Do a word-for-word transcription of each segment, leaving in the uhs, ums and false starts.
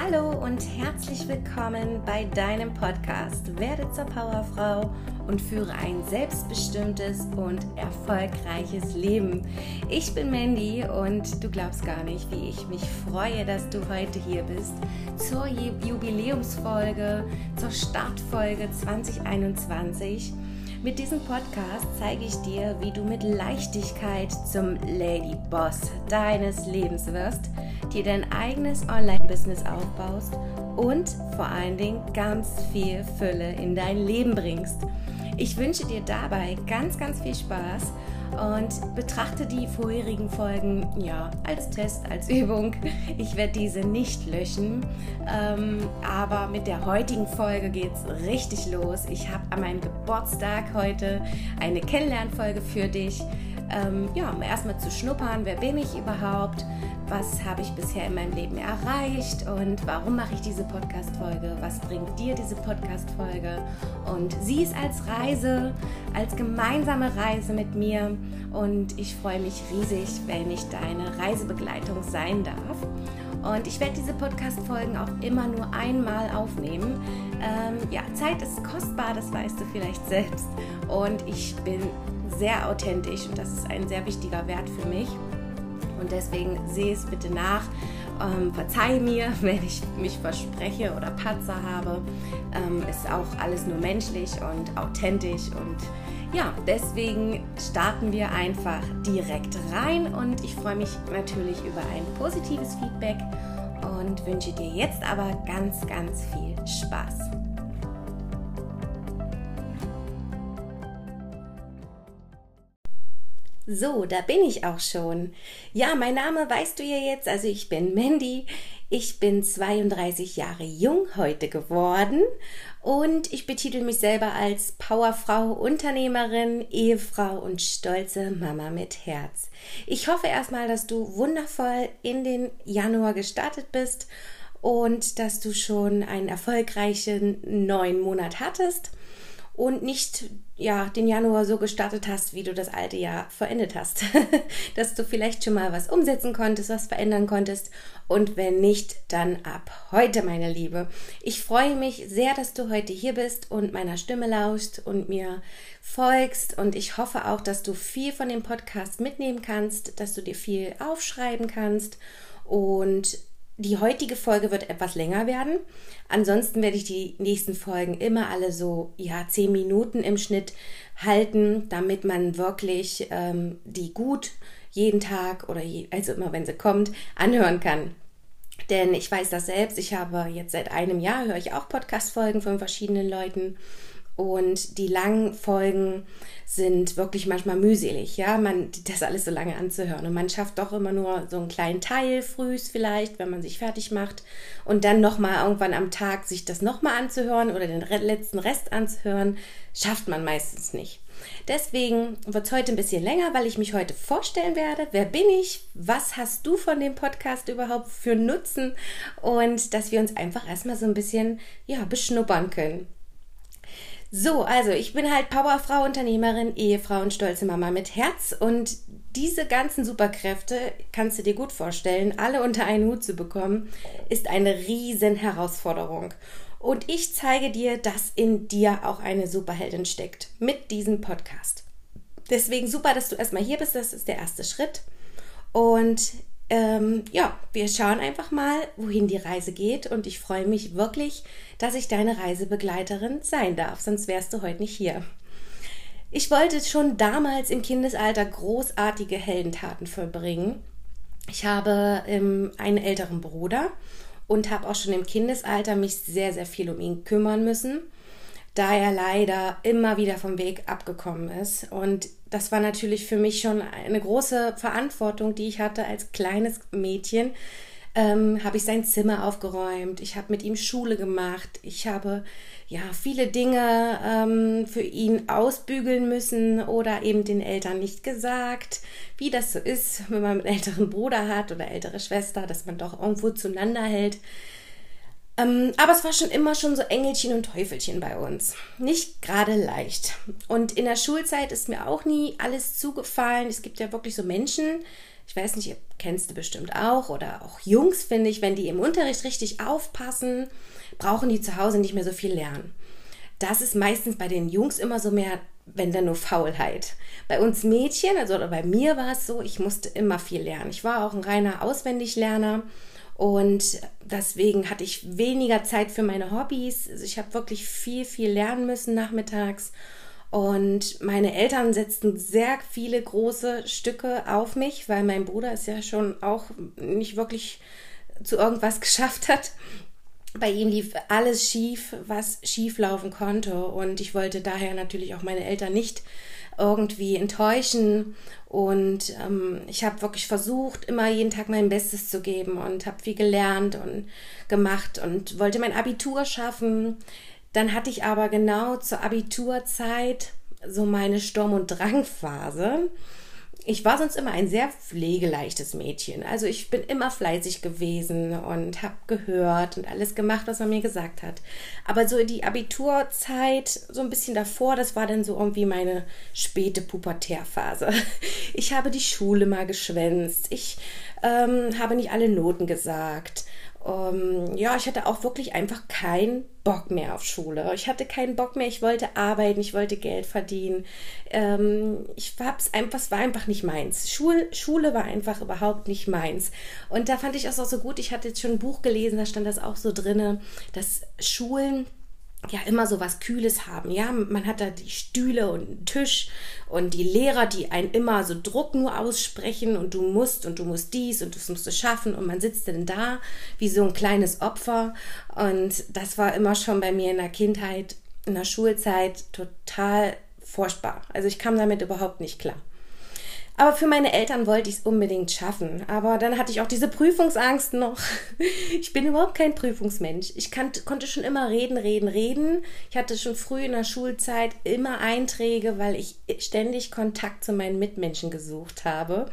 Hallo und herzlich willkommen bei deinem Podcast Werde zur Powerfrau und führe ein selbstbestimmtes und erfolgreiches Leben. Ich bin Mandy und du glaubst gar nicht, wie ich mich freue, dass du heute hier bist zur Jubiläumsfolge, zur Startfolge zwanzig einundzwanzig. Mit diesem Podcast zeige ich dir, wie du mit Leichtigkeit zum Lady Boss deines Lebens wirst, dir dein eigenes Online-Business aufbaust und vor allen Dingen ganz viel Fülle in dein Leben bringst. Ich wünsche dir dabei ganz, ganz viel Spaß und betrachte die vorherigen Folgen ja als Test, als Übung. Ich werde diese nicht löschen, ähm, aber mit der heutigen Folge geht es richtig los. Ich habe an meinem Geburtstag heute eine Kennenlernfolge für dich. Ähm, ja, um erstmal zu schnuppern, wer bin ich überhaupt, was habe ich bisher in meinem Leben erreicht und warum mache ich diese Podcast-Folge, was bringt dir diese Podcast-Folge, und sie ist als Reise, als gemeinsame Reise mit mir, und ich freue mich riesig, wenn ich deine Reisebegleitung sein darf. Und ich werde diese Podcast-Folgen auch immer nur einmal aufnehmen. Ähm, ja, Zeit ist kostbar, das weißt du vielleicht selbst, und ich bin sehr authentisch und das ist ein sehr wichtiger Wert für mich. Und deswegen sehe es bitte nach, ähm, verzeih mir, wenn ich mich verspreche oder Patzer habe. Ähm, ist auch alles nur menschlich und authentisch. Und ja, deswegen starten wir einfach direkt rein. Und ich freue mich natürlich über ein positives Feedback und wünsche dir jetzt aber ganz, ganz viel Spaß. So, da bin ich auch schon. Ja, mein Name weißt du ja jetzt, also ich bin Mandy, ich bin zweiunddreißig Jahre jung heute geworden und ich betitel mich selber als Powerfrau, Unternehmerin, Ehefrau und stolze Mama mit Herz. Ich hoffe erstmal, dass du wundervoll in den Januar gestartet bist und dass du schon einen erfolgreichen neuen Monat hattest und nicht ja, den Januar so gestartet hast, wie du das alte Jahr verendet hast. Dass du vielleicht schon mal was umsetzen konntest, was verändern konntest. Und wenn nicht, dann ab heute, meine Liebe. Ich freue mich sehr, dass du heute hier bist und meiner Stimme lauschst und mir folgst. Und ich hoffe auch, dass du viel von dem Podcast mitnehmen kannst, dass du dir viel aufschreiben kannst. Und die heutige Folge wird etwas länger werden. Ansonsten werde ich die nächsten Folgen immer alle so ja zehn Minuten im Schnitt halten, damit man wirklich ähm, die gut jeden Tag oder je, also immer, wenn sie kommt, anhören kann. Denn ich weiß das selbst. Ich habe jetzt seit einem Jahr, höre ich auch Podcast-Folgen von verschiedenen Leuten. Und die langen Folgen sind wirklich manchmal mühselig, ja, man, das alles so lange anzuhören. Und man schafft doch immer nur so einen kleinen Teil frühs vielleicht, wenn man sich fertig macht. Und dann nochmal irgendwann am Tag sich das nochmal anzuhören oder den letzten Rest anzuhören, schafft man meistens nicht. Deswegen wird es heute ein bisschen länger, weil ich mich heute vorstellen werde. Wer bin ich? Was hast du von dem Podcast überhaupt für Nutzen? Und dass wir uns einfach erstmal so ein bisschen ja, beschnuppern können. So, also ich bin halt Powerfrau, Unternehmerin, Ehefrau und stolze Mama mit Herz, und diese ganzen Superkräfte, kannst du dir gut vorstellen, alle unter einen Hut zu bekommen, ist eine riesen Herausforderung. Und ich zeige dir, dass in dir auch eine Superheldin steckt mit diesem Podcast. Deswegen super, dass du erstmal hier bist, das ist der erste Schritt. Und Ähm, ja, wir schauen einfach mal, wohin die Reise geht, und ich freue mich wirklich, dass ich deine Reisebegleiterin sein darf, sonst wärst du heute nicht hier. Ich wollte schon damals im Kindesalter großartige Heldentaten vollbringen. Ich habe ähm, einen älteren Bruder und habe auch schon im Kindesalter mich sehr, sehr viel um ihn kümmern müssen, da er leider immer wieder vom Weg abgekommen ist. Und das war natürlich für mich schon eine große Verantwortung, die ich hatte als kleines Mädchen. Ähm, habe ich sein Zimmer aufgeräumt, ich habe mit ihm Schule gemacht, ich habe ja viele Dinge ähm, für ihn ausbügeln müssen oder eben den Eltern nicht gesagt, wie das so ist, wenn man einen älteren Bruder hat oder ältere Schwester, dass man doch irgendwo zueinander hält. Ähm, aber es war schon immer schon so Engelchen und Teufelchen bei uns. Nicht gerade leicht. Und in der Schulzeit ist mir auch nie alles zugefallen. Es gibt ja wirklich so Menschen, Ich weiß nicht, kennst du bestimmt auch, oder auch Jungs, finde ich, wenn die im Unterricht richtig aufpassen, brauchen die zu Hause nicht mehr so viel lernen. Das ist meistens bei den Jungs immer so mehr, wenn dann nur Faulheit. Bei uns Mädchen, also oder bei mir war es so, ich musste immer viel lernen. Ich war auch ein reiner Auswendiglerner und deswegen hatte ich weniger Zeit für meine Hobbys. Also ich habe wirklich viel, viel lernen müssen nachmittags. Und meine Eltern setzten sehr viele große Stücke auf mich, weil mein Bruder es ja schon auch nicht wirklich zu irgendwas geschafft hat. Bei ihm lief alles schief, was schief laufen konnte. Und ich wollte daher natürlich auch meine Eltern nicht irgendwie enttäuschen. Und ähm, ich habe wirklich versucht, immer jeden Tag mein Bestes zu geben und habe viel gelernt und gemacht und wollte mein Abitur schaffen. Dann hatte ich aber genau zur Abiturzeit so meine Sturm- und Drangphase. Ich war sonst immer ein sehr pflegeleichtes Mädchen. Also ich bin immer fleißig gewesen und habe gehört und alles gemacht, was man mir gesagt hat. Aber so die Abiturzeit, so ein bisschen davor, das war dann so irgendwie meine späte Pubertärphase. Ich habe die Schule mal geschwänzt. Ich ähm, habe nicht alle Noten gesagt. Um, ja, ich hatte auch wirklich einfach keinen Bock mehr auf Schule. Ich hatte keinen Bock mehr, ich wollte arbeiten, ich wollte Geld verdienen. Ähm, ich hab's einfach, es war einfach nicht meins. Schul, Schule war einfach überhaupt nicht meins. Und da fand ich es auch so gut, ich hatte jetzt schon ein Buch gelesen, da stand das auch so drin, dass Schulen ja immer so was Kühles haben, ja, man hat da die Stühle und einen Tisch und die Lehrer, die einen immer so Druck nur aussprechen und du musst und du musst dies und das musst du schaffen und man sitzt dann da wie so ein kleines Opfer und das war immer schon bei mir in der Kindheit, in der Schulzeit total furchtbar, also ich kam damit überhaupt nicht klar. Aber für meine Eltern wollte ich es unbedingt schaffen. Aber dann hatte ich auch diese Prüfungsangst noch. Ich bin überhaupt kein Prüfungsmensch. Ich kann, konnte schon immer reden, reden, reden. Ich hatte schon früh in der Schulzeit immer Einträge, weil ich ständig Kontakt zu meinen Mitmenschen gesucht habe.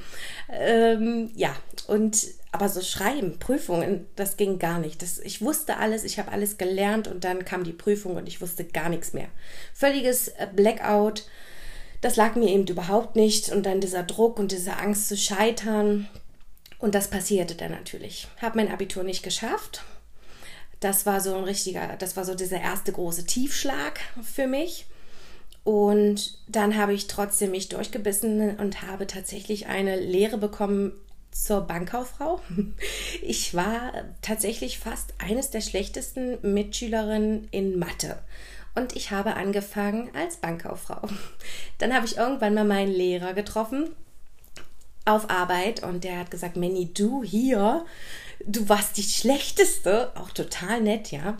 Ähm, ja, und aber so Schreiben, Prüfungen, das ging gar nicht. Das, ich wusste alles, ich habe alles gelernt und dann kam die Prüfung und ich wusste gar nichts mehr. Völliges Blackout. Das lag mir eben überhaupt nicht und dann dieser Druck und diese Angst zu scheitern und das passierte dann natürlich. Habe mein Abitur nicht geschafft. Das war so ein richtiger, das war so dieser erste große Tiefschlag für mich und dann habe ich trotzdem mich durchgebissen und habe tatsächlich eine Lehre bekommen zur Bankkauffrau. Ich war tatsächlich fast eines der schlechtesten Mitschülerinnen in Mathe. Und ich habe angefangen als Bankkauffrau. Dann habe ich irgendwann mal meinen Lehrer getroffen auf Arbeit und der hat gesagt, Manny, du hier, du warst die Schlechteste, auch total nett, ja.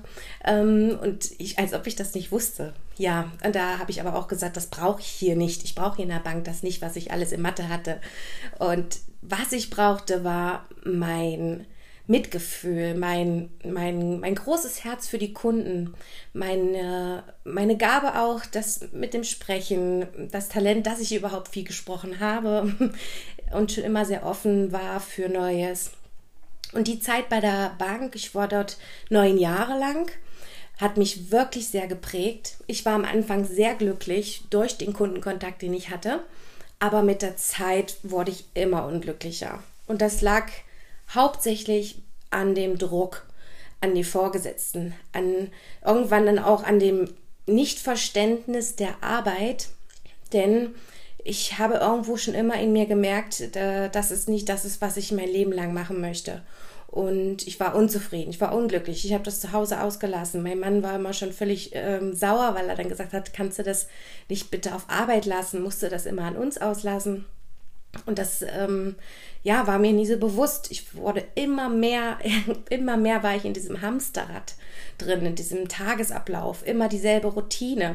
Und ich, als ob ich das nicht wusste. Ja, und da habe ich aber auch gesagt, das brauche ich hier nicht. Ich brauche hier in der Bank das nicht, was ich alles in Mathe hatte. Und was ich brauchte, war mein Mitgefühl, mein, mein, mein großes Herz für die Kunden, meine, meine Gabe auch, das mit dem Sprechen, das Talent, dass ich überhaupt viel gesprochen habe und schon immer sehr offen war für Neues. Und die Zeit bei der Bank, ich war dort neun Jahre lang, hat mich wirklich sehr geprägt. Ich war am Anfang sehr glücklich durch den Kundenkontakt, den ich hatte, aber mit der Zeit wurde ich immer unglücklicher. Und das lag hauptsächlich an dem Druck, an die Vorgesetzten, an irgendwann dann auch an dem Nichtverständnis der Arbeit, denn ich habe irgendwo schon immer in mir gemerkt, dass es nicht das ist, was ich mein Leben lang machen möchte. Und ich war unzufrieden, ich war unglücklich, ich habe das zu Hause ausgelassen. Mein Mann war immer schon völlig ähm, sauer, weil er dann gesagt hat, kannst du das nicht bitte auf Arbeit lassen, musst du das immer an uns auslassen. Und das ähm, ja, war mir nie so bewusst. Ich wurde immer mehr, immer mehr war ich in diesem Hamsterrad drin, in diesem Tagesablauf, immer dieselbe Routine.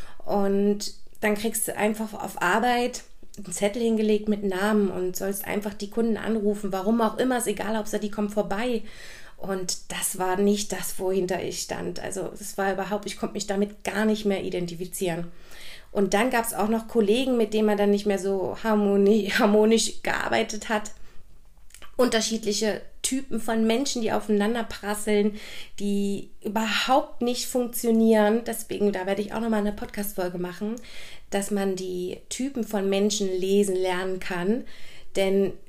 Und dann kriegst du einfach auf Arbeit einen Zettel hingelegt mit Namen und sollst einfach die Kunden anrufen, warum auch immer, ist egal, ob sie die kommen vorbei. Und das war nicht das, wohinter ich stand. Also es war überhaupt, ich konnte mich damit gar nicht mehr identifizieren. Und dann gab es auch noch Kollegen, mit denen man dann nicht mehr so harmoni- harmonisch gearbeitet hat. Unterschiedliche Typen von Menschen, die aufeinander prasseln, die überhaupt nicht funktionieren. Deswegen, da werde ich auch nochmal eine Podcast-Folge machen, dass man die Typen von Menschen lesen lernen kann. Denn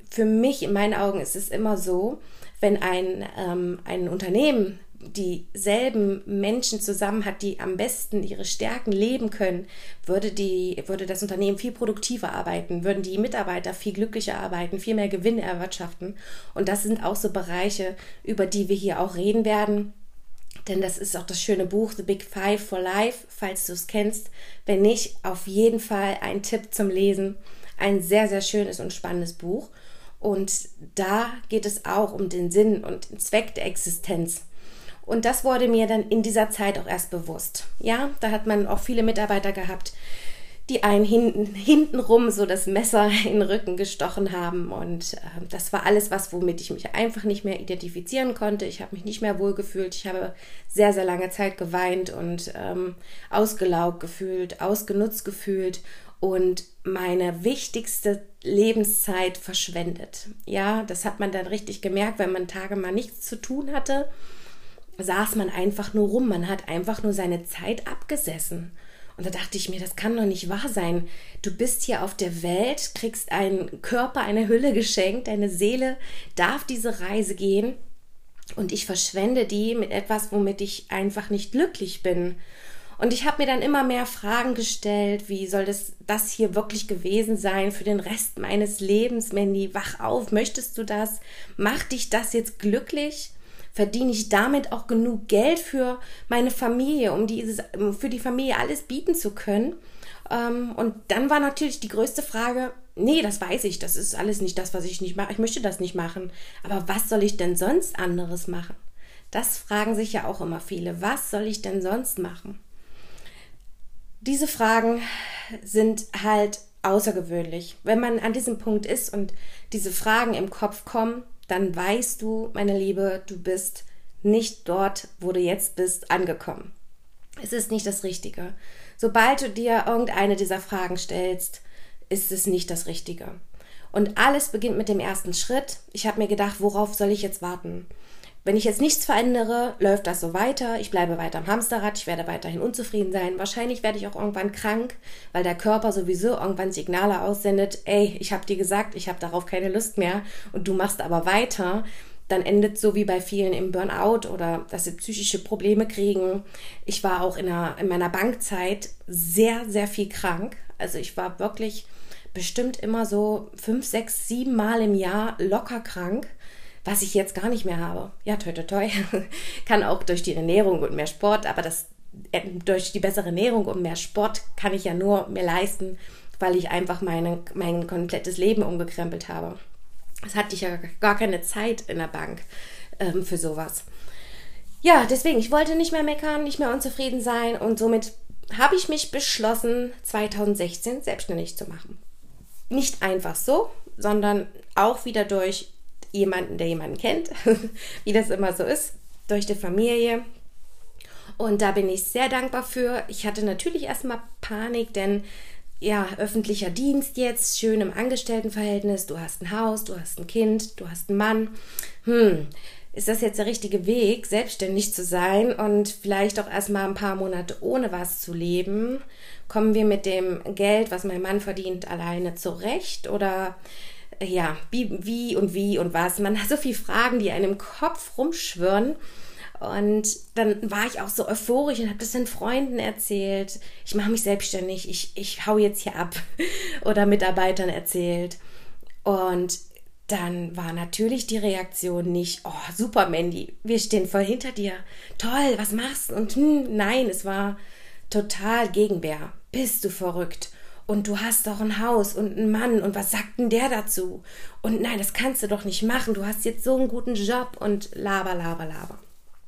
für mich, in meinen Augen, ist es immer so, wenn ein, ähm, ein Unternehmen dieselben Menschen zusammen hat, die am besten ihre Stärken leben können, würde, die, würde das Unternehmen viel produktiver arbeiten, würden die Mitarbeiter viel glücklicher arbeiten, viel mehr Gewinn erwirtschaften. Und das sind auch so Bereiche, über die wir hier auch reden werden. Denn das ist auch das schöne Buch The Big Five for Life, falls du es kennst. Wenn nicht, auf jeden Fall ein Tipp zum Lesen. Ein sehr, sehr schönes und spannendes Buch. Und da geht es auch um den Sinn und den Zweck der Existenz. Und das wurde mir dann in dieser Zeit auch erst bewusst. Ja, da hat man auch viele Mitarbeiter gehabt, die einen hinten, hintenrum so das Messer in den Rücken gestochen haben. Und äh, das war alles was, womit ich mich einfach nicht mehr identifizieren konnte. Ich habe mich nicht mehr wohlgefühlt. Ich habe sehr, sehr lange Zeit geweint und ähm, ausgelaugt gefühlt, ausgenutzt gefühlt und meine wichtigste Lebenszeit verschwendet. Ja, das hat man dann richtig gemerkt, wenn man Tage mal nichts zu tun hatte, saß man einfach nur rum. Man hat einfach nur seine Zeit abgesessen. Und da dachte ich mir, das kann doch nicht wahr sein. Du bist hier auf der Welt, kriegst einen Körper, eine Hülle geschenkt, deine Seele darf diese Reise gehen und ich verschwende die mit etwas, womit ich einfach nicht glücklich bin. Und ich habe mir dann immer mehr Fragen gestellt, wie soll das, das hier wirklich gewesen sein für den Rest meines Lebens, Mandy? Wach auf, möchtest du das? Macht dich das jetzt glücklich? Verdiene ich damit auch genug Geld für meine Familie, um dieses, für die Familie alles bieten zu können? Und dann war natürlich die größte Frage, nee, das weiß ich, das ist alles nicht das, was ich nicht mache. Ich möchte das nicht machen. Aber was soll ich denn sonst anderes machen? Das fragen sich ja auch immer viele. Was soll ich denn sonst machen? Diese Fragen sind halt außergewöhnlich. Wenn man an diesem Punkt ist und diese Fragen im Kopf kommen, dann weißt du, meine Liebe, du bist nicht dort, wo du jetzt bist, angekommen. Es ist nicht das Richtige. Sobald du dir irgendeine dieser Fragen stellst, ist es nicht das Richtige. Und alles beginnt mit dem ersten Schritt. Ich habe mir gedacht, worauf soll ich jetzt warten? Wenn ich jetzt nichts verändere, läuft das so weiter. Ich bleibe weiter am Hamsterrad, ich werde weiterhin unzufrieden sein. Wahrscheinlich werde ich auch irgendwann krank, weil der Körper sowieso irgendwann Signale aussendet. Ey, ich habe dir gesagt, ich habe darauf keine Lust mehr und du machst aber weiter. Dann endet so wie bei vielen im Burnout oder dass sie psychische Probleme kriegen. Ich war auch in, einer, in meiner Bankzeit sehr, sehr viel krank. Also ich war wirklich bestimmt immer so fünf, sechs, sieben Mal im Jahr locker krank. Was ich jetzt gar nicht mehr habe. Ja, toi, toi, toi. Kann auch durch die Ernährung und mehr Sport, aber das äh, durch die bessere Ernährung und mehr Sport kann ich ja nur mir leisten, weil ich einfach meine, mein komplettes Leben umgekrempelt habe. Es hatte ich ja gar keine Zeit in der Bank ähm, für sowas. Ja, deswegen, ich wollte nicht mehr meckern, nicht mehr unzufrieden sein und somit habe ich mich beschlossen, zwanzig sechzehn selbstständig zu machen. Nicht einfach so, sondern auch wieder durch jemanden, der jemanden kennt, wie das immer so ist, durch die Familie. Und da bin ich sehr dankbar für. Ich hatte natürlich erstmal Panik, denn ja, öffentlicher Dienst jetzt, schön im Angestelltenverhältnis, du hast ein Haus, du hast ein Kind, du hast einen Mann. Hm, ist das jetzt der richtige Weg, selbstständig zu sein und vielleicht auch erstmal ein paar Monate ohne was zu leben? Kommen wir mit dem Geld, was mein Mann verdient, alleine zurecht oder ja, wie, wie und wie und was. Man hat so viele Fragen, die einem im Kopf rumschwirren. Und dann war ich auch so euphorisch und habe das den Freunden erzählt. Ich mache mich selbstständig, ich, ich hau jetzt hier ab. Oder Mitarbeitern erzählt. Und dann war natürlich die Reaktion nicht, oh, super, Mandy, wir stehen voll hinter dir. Toll, was machst du? Und hm, nein, es war total Gegenwehr. Bist du verrückt? Und du hast doch ein Haus und einen Mann und was sagt denn der dazu? Und nein, das kannst du doch nicht machen, du hast jetzt so einen guten Job und laber, laber, laber.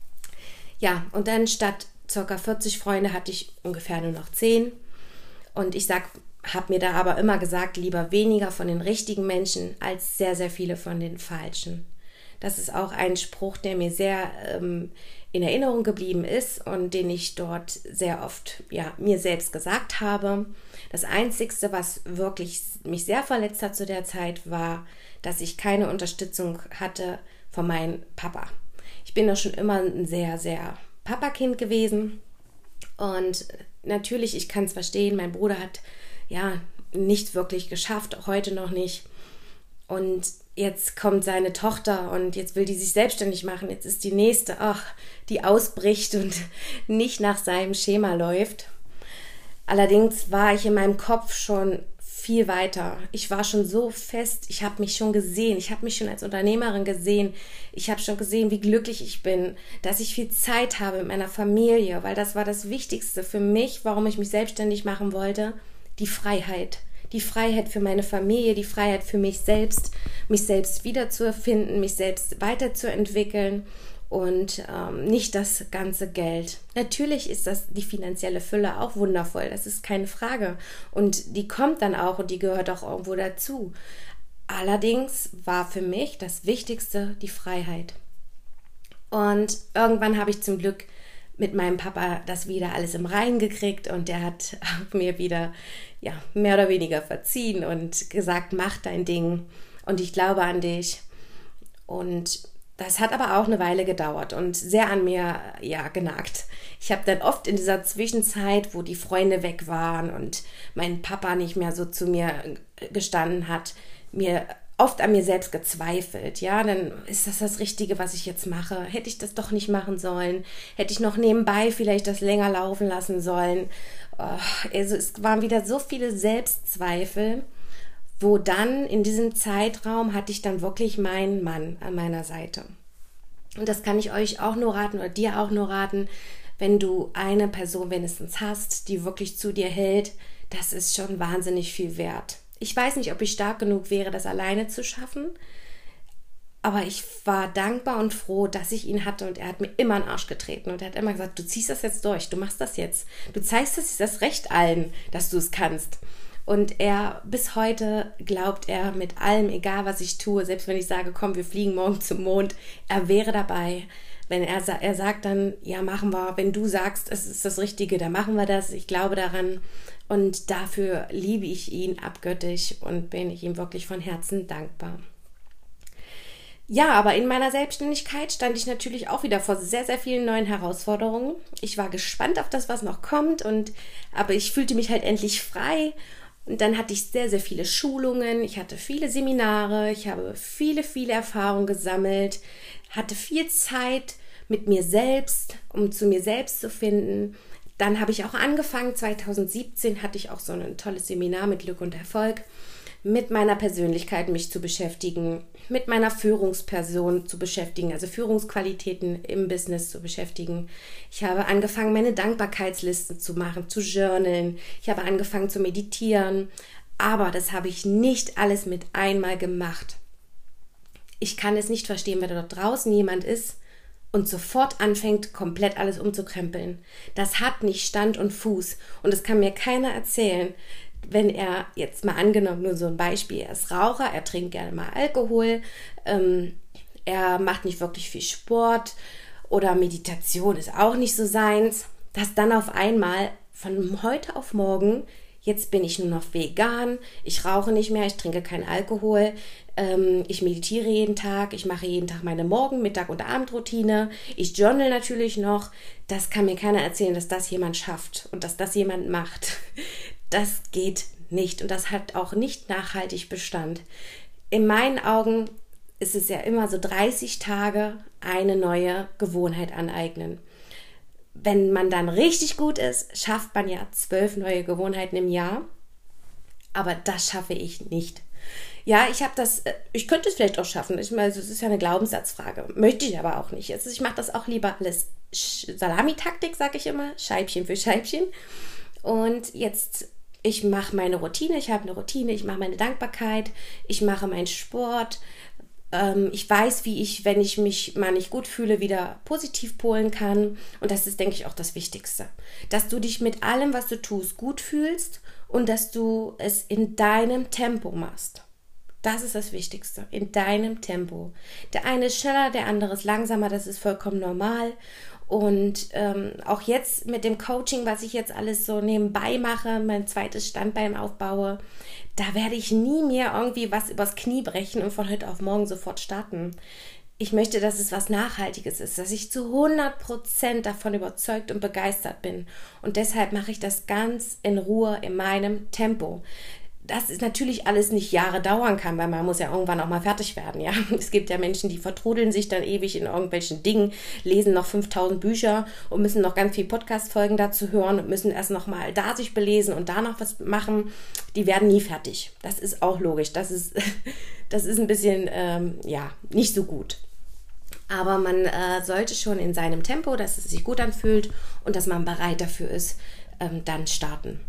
Ja, und dann statt ca. vierzig Freunde hatte ich ungefähr nur noch zehn. Und ich sag, habe mir da aber immer gesagt, lieber weniger von den richtigen Menschen als sehr, sehr viele von den falschen. Das ist auch ein Spruch, der mir sehr ähm, in Erinnerung geblieben ist und den ich dort sehr oft ja, mir selbst gesagt habe. Das Einzigste, was wirklich mich sehr verletzt hat zu der Zeit, war, dass ich keine Unterstützung hatte von meinem Papa. Ich bin doch schon immer ein sehr, sehr Papakind gewesen und natürlich, ich kann es verstehen, mein Bruder hat ja nicht wirklich geschafft, heute noch nicht. Und jetzt kommt seine Tochter und jetzt will die sich selbstständig machen, jetzt ist die nächste, ach, die ausbricht und nicht nach seinem Schema läuft. Allerdings war ich in meinem Kopf schon viel weiter. Ich war schon so fest, ich habe mich schon gesehen, ich habe mich schon als Unternehmerin gesehen, ich habe schon gesehen, wie glücklich ich bin, dass ich viel Zeit habe mit meiner Familie, weil das war das Wichtigste für mich, warum ich mich selbstständig machen wollte, die Freiheit. Die Freiheit für meine Familie, die Freiheit für mich selbst, mich selbst wiederzuerfinden, mich selbst weiterzuentwickeln und ähm, nicht das ganze Geld. Natürlich ist das die finanzielle Fülle auch wundervoll, das ist keine Frage. Und die kommt dann auch und die gehört auch irgendwo dazu. Allerdings war für mich das Wichtigste die Freiheit. Und irgendwann habe ich zum Glück mit meinem Papa das wieder alles im Reinen gekriegt und der hat mir wieder ja, mehr oder weniger verziehen und gesagt, mach dein Ding und ich glaube an dich. Und das hat aber auch eine Weile gedauert und sehr an mir ja, genagt. Ich habe dann oft in dieser Zwischenzeit, wo die Freunde weg waren und mein Papa nicht mehr so zu mir gestanden hat, mir oft an mir selbst gezweifelt, ja, dann ist das das Richtige, was ich jetzt mache. Hätte ich das doch nicht machen sollen? Hätte ich noch nebenbei vielleicht das länger laufen lassen sollen? Oh, also es waren wieder so viele Selbstzweifel, wo dann in diesem Zeitraum hatte ich dann wirklich meinen Mann an meiner Seite. Und das kann ich euch auch nur raten oder dir auch nur raten, wenn du eine Person wenigstens hast, die wirklich zu dir hält, das ist schon wahnsinnig viel wert. Ich weiß nicht, ob ich stark genug wäre, das alleine zu schaffen, aber ich war dankbar und froh, dass ich ihn hatte und er hat mir immer in den Arsch getreten und er hat immer gesagt, du ziehst das jetzt durch, du machst das jetzt, du zeigst das, das Recht allen, dass du es kannst. Und er, bis heute glaubt er mit allem, egal was ich tue, selbst wenn ich sage, komm, wir fliegen morgen zum Mond, er wäre dabei. Wenn er, er sagt dann, ja, machen wir, wenn du sagst, es ist das Richtige, dann machen wir das, ich glaube daran. Und dafür liebe ich ihn abgöttisch und bin ich ihm wirklich von Herzen dankbar. Ja, aber in meiner Selbstständigkeit stand ich natürlich auch wieder vor sehr, sehr vielen neuen Herausforderungen. Ich war gespannt auf das, was noch kommt, und aber ich fühlte mich halt endlich frei. Und dann hatte ich sehr, sehr viele Schulungen, ich hatte viele Seminare, ich habe viele, viele Erfahrungen gesammelt, hatte viel Zeit mit mir selbst, um zu mir selbst zu finden. Dann habe ich auch angefangen, zwanzig siebzehn hatte ich auch so ein tolles Seminar mit Glück und Erfolg, mit meiner Persönlichkeit mich zu beschäftigen, mit meiner Führungsperson zu beschäftigen, also Führungsqualitäten im Business zu beschäftigen. Ich habe angefangen, meine Dankbarkeitslisten zu machen, zu journalen. Ich habe angefangen zu meditieren, aber das habe ich nicht alles mit einmal gemacht. Ich kann es nicht verstehen, wenn da dort draußen jemand ist und sofort anfängt, komplett alles umzukrempeln. Das hat nicht Stand und Fuß und das kann mir keiner erzählen. Wenn er jetzt mal angenommen, nur so ein Beispiel, er ist Raucher, er trinkt gerne mal Alkohol, ähm, er macht nicht wirklich viel Sport oder Meditation ist auch nicht so seins, dass dann auf einmal von heute auf morgen, jetzt bin ich nur noch vegan, ich rauche nicht mehr, ich trinke keinen Alkohol, ähm, ich meditiere jeden Tag, ich mache jeden Tag meine Morgen-, Mittag- und Abendroutine, ich journal natürlich noch. Das kann mir keiner erzählen, dass das jemand schafft und dass das jemand macht. Das geht nicht und das hat auch nicht nachhaltig Bestand. In meinen Augen ist es ja immer so dreißig Tage eine neue Gewohnheit aneignen. Wenn man dann richtig gut ist, schafft man ja zwölf neue Gewohnheiten im Jahr, aber das schaffe ich nicht. Ja, ich habe das, ich könnte es vielleicht auch schaffen. Ich meine, es ist ja eine Glaubenssatzfrage, möchte ich aber auch nicht. Also ich mache das auch lieber alles Salamitaktik, sage ich immer, Scheibchen für Scheibchen. Und jetzt ich mache meine Routine, ich habe eine Routine, ich mache meine Dankbarkeit, ich mache meinen Sport, ähm, ich weiß, wie ich, wenn ich mich mal nicht gut fühle, wieder positiv polen kann, und das ist, denke ich, auch das Wichtigste, dass du dich mit allem, was du tust, gut fühlst und dass du es in deinem Tempo machst. Das ist das Wichtigste, in deinem Tempo. Der eine ist schneller, der andere ist langsamer, das ist vollkommen normal. Und ähm, auch jetzt mit dem Coaching, was ich jetzt alles so nebenbei mache, mein zweites Standbein aufbaue, da werde ich nie mehr irgendwie was übers Knie brechen und von heute auf morgen sofort starten. Ich möchte, dass es was Nachhaltiges ist, dass ich zu hundert Prozent davon überzeugt und begeistert bin. Und deshalb mache ich das ganz in Ruhe in meinem Tempo. das ist natürlich alles nicht Jahre dauern kann, weil man muss ja irgendwann auch mal fertig werden, ja. Es gibt ja Menschen, die vertrudeln sich dann ewig in irgendwelchen Dingen, lesen noch fünftausend Bücher und müssen noch ganz viel Podcast-Folgen dazu hören und müssen erst noch mal da sich belesen und da noch was machen. Die werden nie fertig. Das ist auch logisch. Das ist, das ist ein bisschen, ähm, ja, nicht so gut. Aber man äh, sollte schon in seinem Tempo, dass es sich gut anfühlt und dass man bereit dafür ist, ähm, dann starten.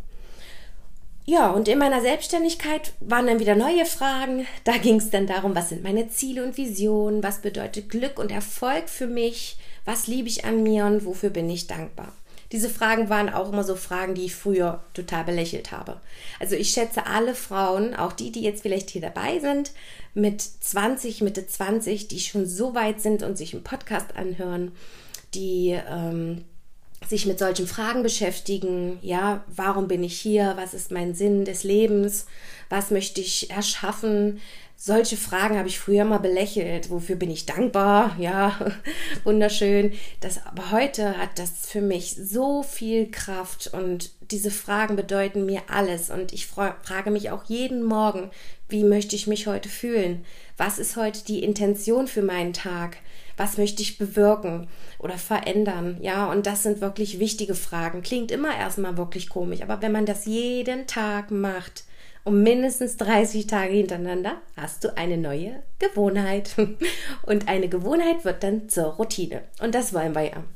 Ja, und in meiner Selbstständigkeit waren dann wieder neue Fragen. Da ging es dann darum, was sind meine Ziele und Visionen, was bedeutet Glück und Erfolg für mich, was liebe ich an mir und wofür bin ich dankbar. Diese Fragen waren auch immer so Fragen, die ich früher total belächelt habe. Also ich schätze alle Frauen, auch die, die jetzt vielleicht hier dabei sind, mit zwanzig, Mitte zwanzig, die schon so weit sind und sich einen Podcast anhören, die ähm, sich mit solchen Fragen beschäftigen, ja, warum bin ich hier, was ist mein Sinn des Lebens, was möchte ich erschaffen, solche Fragen habe ich früher mal belächelt, wofür bin ich dankbar, ja, wunderschön, das, aber heute hat das für mich so viel Kraft und diese Fragen bedeuten mir alles und ich frage mich auch jeden Morgen, wie möchte ich mich heute fühlen, was ist heute die Intention für meinen Tag, was möchte ich bewirken oder verändern? Ja, und das sind wirklich wichtige Fragen. Klingt immer erstmal wirklich komisch, aber wenn man das jeden Tag macht, um mindestens dreißig Tage hintereinander, hast du eine neue Gewohnheit. Und eine Gewohnheit wird dann zur Routine. Und das wollen wir ja.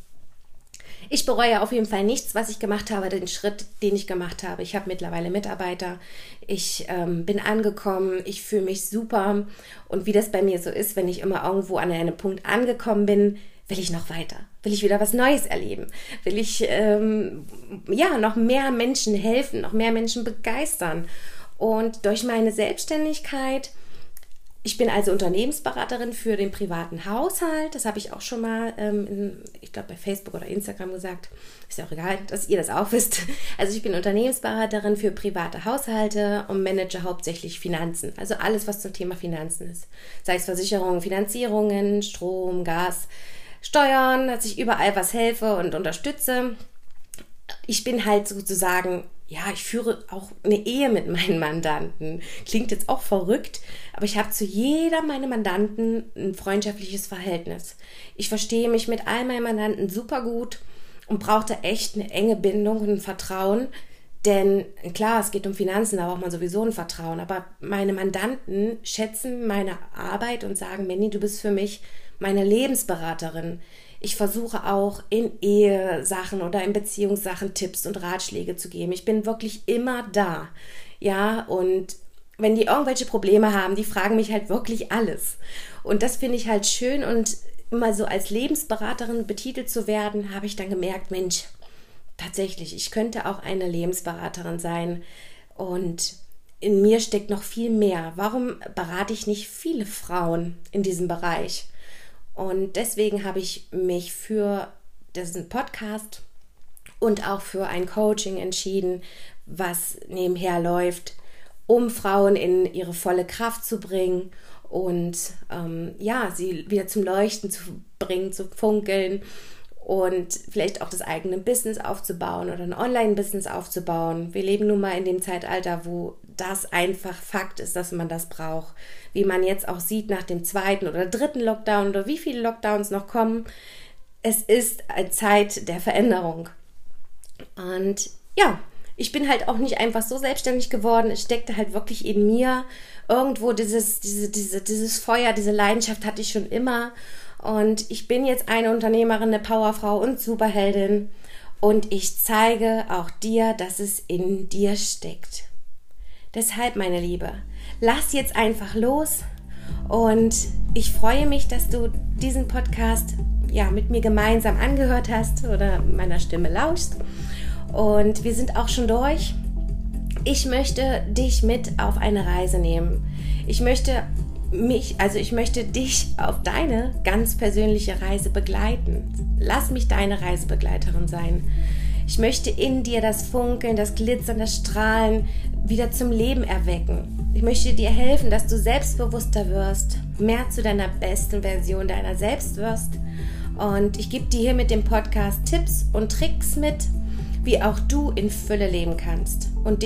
Ich bereue auf jeden Fall nichts, was ich gemacht habe, den Schritt, den ich gemacht habe. Ich habe mittlerweile Mitarbeiter, ich ähm, bin angekommen, ich fühle mich super und wie das bei mir so ist, wenn ich immer irgendwo an einem Punkt angekommen bin, will ich noch weiter, will ich wieder was Neues erleben, will ich ähm, ja noch mehr Menschen helfen, noch mehr Menschen begeistern und durch meine Selbstständigkeit. Ich bin also Unternehmensberaterin für den privaten Haushalt. Das habe ich auch schon mal, ähm, in, ich glaube, bei Facebook oder Instagram gesagt. Ist ja auch egal, dass ihr das auch wisst. Also ich bin Unternehmensberaterin für private Haushalte und manage hauptsächlich Finanzen. Also alles, was zum Thema Finanzen ist. Sei es Versicherungen, Finanzierungen, Strom, Gas, Steuern, dass ich überall was helfe und unterstütze. Ich bin halt sozusagen, ja, ich führe auch eine Ehe mit meinen Mandanten. Klingt jetzt auch verrückt, aber ich habe zu jeder meiner Mandanten ein freundschaftliches Verhältnis. Ich verstehe mich mit all meinen Mandanten super gut und brauchte echt eine enge Bindung und ein Vertrauen. Denn klar, es geht um Finanzen, da braucht man sowieso ein Vertrauen. Aber meine Mandanten schätzen meine Arbeit und sagen, Mandy, du bist für mich meine Lebensberaterin. Ich versuche auch in Ehesachen oder in Beziehungssachen Tipps und Ratschläge zu geben. Ich bin wirklich immer da. Ja, und wenn die irgendwelche Probleme haben, die fragen mich halt wirklich alles. Und das finde ich halt schön. Und immer so als Lebensberaterin betitelt zu werden, habe ich dann gemerkt, Mensch, tatsächlich, ich könnte auch eine Lebensberaterin sein. Und in mir steckt noch viel mehr. Warum berate ich nicht viele Frauen in diesem Bereich? Und deswegen habe ich mich für diesen Podcast und auch für ein Coaching entschieden, was nebenher läuft, um Frauen in ihre volle Kraft zu bringen und ähm, ja, sie wieder zum Leuchten zu bringen, zu funkeln und vielleicht auch das eigene Business aufzubauen oder ein Online-Business aufzubauen. Wir leben nun mal in dem Zeitalter, wo das einfach Fakt ist, dass man das braucht. Wie man jetzt auch sieht nach dem zweiten oder dritten Lockdown oder wie viele Lockdowns noch kommen. Es ist eine Zeit der Veränderung. Und ja, ich bin halt auch nicht einfach so selbstständig geworden. Es steckte halt wirklich in mir irgendwo dieses, diese, diese, dieses Feuer, diese Leidenschaft hatte ich schon immer. Und ich bin jetzt eine Unternehmerin, eine Powerfrau und Superheldin. Und ich zeige auch dir, dass es in dir steckt. Deshalb, meine Liebe, lass jetzt einfach los und ich freue mich, dass du diesen Podcast ja, mit mir gemeinsam angehört hast oder meiner Stimme lauschst. Und wir sind auch schon durch. Ich möchte dich mit auf eine Reise nehmen. Ich möchte mich, also ich möchte dich auf deine ganz persönliche Reise begleiten. Lass mich deine Reisebegleiterin sein. Ich möchte in dir das Funkeln, das Glitzern, das Strahlen wieder zum Leben erwecken. Ich möchte dir helfen, dass du selbstbewusster wirst, mehr zu deiner besten Version deiner selbst wirst. Und ich gebe dir hier mit dem Podcast Tipps und Tricks mit, wie auch du in Fülle leben kannst und dich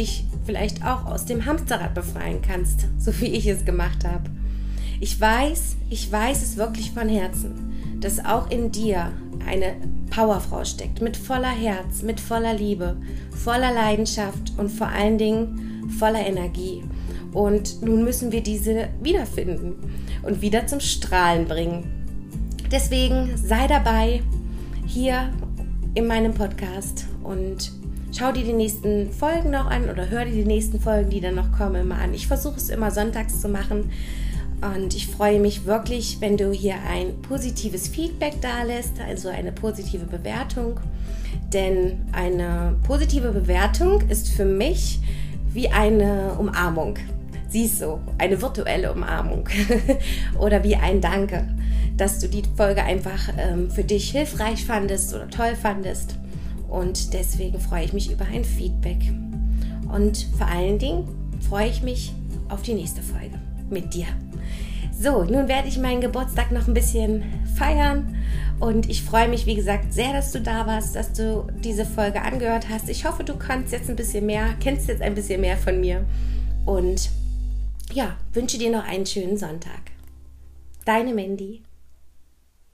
vielleicht auch aus dem Hamsterrad befreien kannst, so wie ich es gemacht habe. Ich weiß, ich weiß es wirklich von Herzen, dass auch in dir eine Powerfrau steckt, mit voller Herz, mit voller Liebe, voller Leidenschaft und vor allen Dingen voller Energie. Und nun müssen wir diese wiederfinden und wieder zum Strahlen bringen. Deswegen sei dabei hier in meinem Podcast und schau dir die nächsten Folgen noch an oder hör dir die nächsten Folgen, die dann noch kommen, immer an. Ich versuche es immer sonntags zu machen und ich freue mich wirklich, wenn du hier ein positives Feedback dalässt, also eine positive Bewertung. Denn eine positive Bewertung ist für mich wie eine Umarmung. Siehst du, eine virtuelle Umarmung oder wie ein Danke, dass du die Folge einfach ähm, für dich hilfreich fandest oder toll fandest. Und deswegen freue ich mich über ein Feedback. Und vor allen Dingen freue ich mich auf die nächste Folge mit dir. So, nun werde ich meinen Geburtstag noch ein bisschen feiern. Und ich freue mich, wie gesagt, sehr, dass du da warst, dass du diese Folge angehört hast. Ich hoffe, du kannst jetzt ein bisschen mehr, kennst jetzt ein bisschen mehr von mir. Und ja, wünsche dir noch einen schönen Sonntag. Deine Mandy.